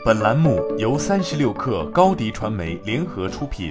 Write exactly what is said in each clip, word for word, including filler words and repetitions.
本栏目由三十六氪高低传媒联合出品。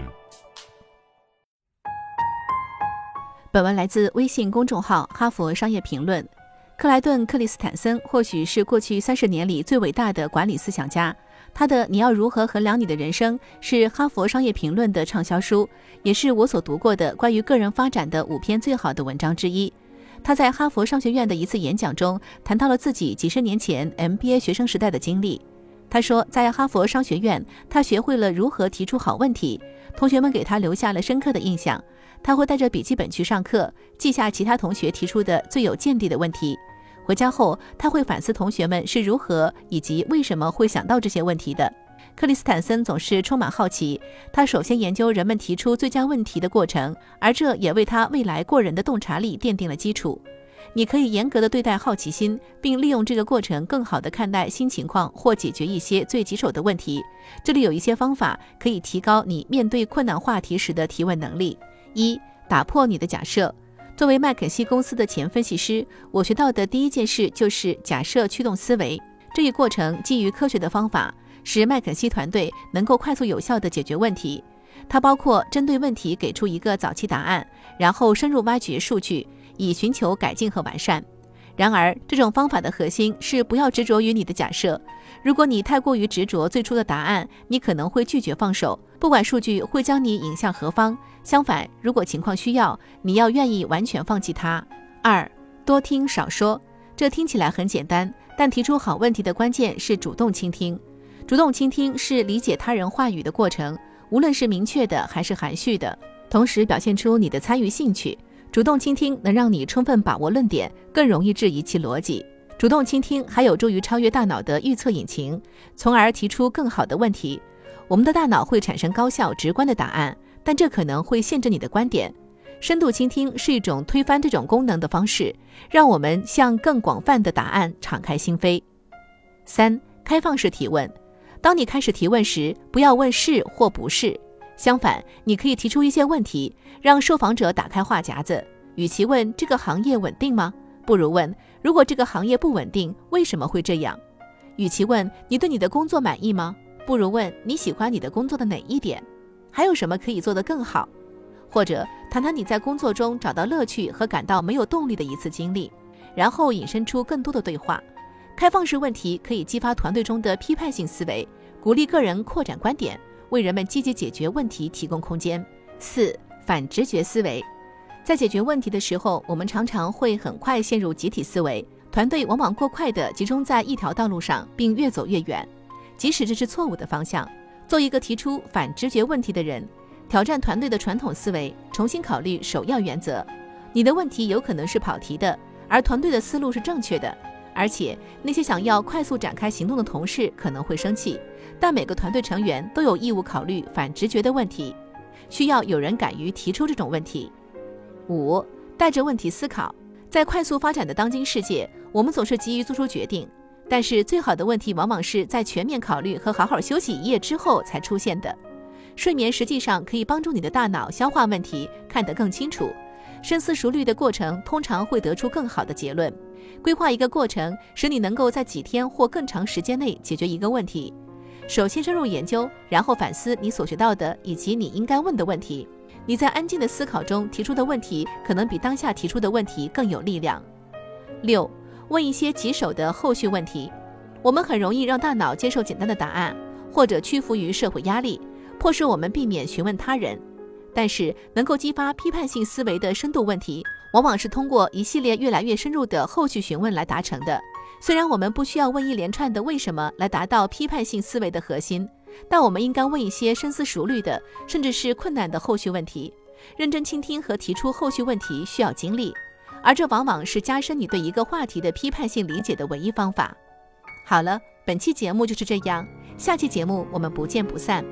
本文来自微信公众号《哈佛商业评论》。克莱顿·克里斯坦森或许是过去三十年里最伟大的管理思想家。他的《你要如何衡量你的人生》是《哈佛商业评论》的畅销书，也是我所读过的关于个人发展的五篇最好的文章之一。他在哈佛商学院的一次演讲中谈到了自己几十年前 M B A 学生时代的经历。他说，在哈佛商学院，他学会了如何提出好问题，同学们给他留下了深刻的印象。他会带着笔记本去上课，记下其他同学提出的最有见地的问题。回家后，他会反思同学们是如何以及为什么会想到这些问题的。克里斯坦森总是充满好奇，他首先研究人们提出最佳问题的过程，而这也为他未来过人的洞察力奠定了基础。你可以严格地对待好奇心，并利用这个过程更好地看待新情况或解决一些最棘手的问题。这里有一些方法可以提高你面对困难话题时的提问能力。一、打破你的假设。作为麦肯锡公司的前分析师，我学到的第一件事就是假设驱动思维。这一过程基于科学的方法，使麦肯锡团队能够快速有效地解决问题。它包括针对问题给出一个早期答案，然后深入挖掘数据，以寻求改进和完善。然而，这种方法的核心是不要执着于你的假设。如果你太过于执着最初的答案，你可能会拒绝放手，不管数据会将你引向何方。相反，如果情况需要，你要愿意完全放弃它。二、多听少说。这听起来很简单，但提出好问题的关键是主动倾听。主动倾听是理解他人话语的过程，无论是明确的还是含蓄的，同时表现出你的参与兴趣。主动倾听能让你充分把握论点，更容易质疑其逻辑。主动倾听还有助于超越大脑的预测引擎，从而提出更好的问题。我们的大脑会产生高效直观的答案，但这可能会限制你的观点。深度倾听是一种推翻这种功能的方式，让我们向更广泛的答案敞开心扉。三、开放式提问。当你开始提问时，不要问是或不是。相反，你可以提出一些问题，让受访者打开话匣子。与其问这个行业稳定吗，不如问如果这个行业不稳定，为什么会这样？与其问你对你的工作满意吗，不如问你喜欢你的工作的哪一点，还有什么可以做得更好？或者谈谈你在工作中找到乐趣和感到没有动力的一次经历，然后引申出更多的对话。开放式问题可以激发团队中的批判性思维，鼓励个人扩展观点，为人们积极解决问题提供空间。四、反直觉思维。在解决问题的时候，我们常常会很快陷入集体思维，团队往往过快地集中在一条道路上，并越走越远，即使这是错误的方向。做一个提出反直觉问题的人，挑战团队的传统思维，重新考虑首要原则。你的问题有可能是跑题的，而团队的思路是正确的。而且那些想要快速展开行动的同事可能会生气，但每个团队成员都有义务考虑反直觉的问题，需要有人敢于提出这种问题。五、带着问题思考。在快速发展的当今世界，我们总是急于做出决定，但是最好的问题往往是在全面考虑和好好休息一夜之后才出现的。睡眠实际上可以帮助你的大脑消化问题，看得更清楚。深思熟虑的过程通常会得出更好的结论。规划一个过程，使你能够在几天或更长时间内解决一个问题。首先深入研究，然后反思你所学到的以及你应该问的问题。你在安静的思考中提出的问题，可能比当下提出的问题更有力量。六、问一些棘手的后续问题。我们很容易让大脑接受简单的答案，或者屈服于社会压力，迫使我们避免询问他人。但是能够激发批判性思维的深度问题，往往是通过一系列越来越深入的后续询问来达成的。虽然我们不需要问一连串的为什么来达到批判性思维的核心，但我们应该问一些深思熟虑的，甚至是困难的后续问题。认真倾听和提出后续问题需要精力，而这往往是加深你对一个话题的批判性理解的唯一方法。好了，本期节目就是这样，下期节目我们不见不散。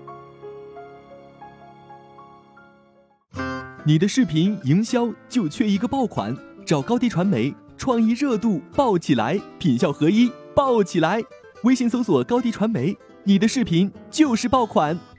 你的视频营销就缺一个爆款，找高低传媒，创意热度爆起来，品效合一爆起来。微信搜索高低传媒，你的视频就是爆款。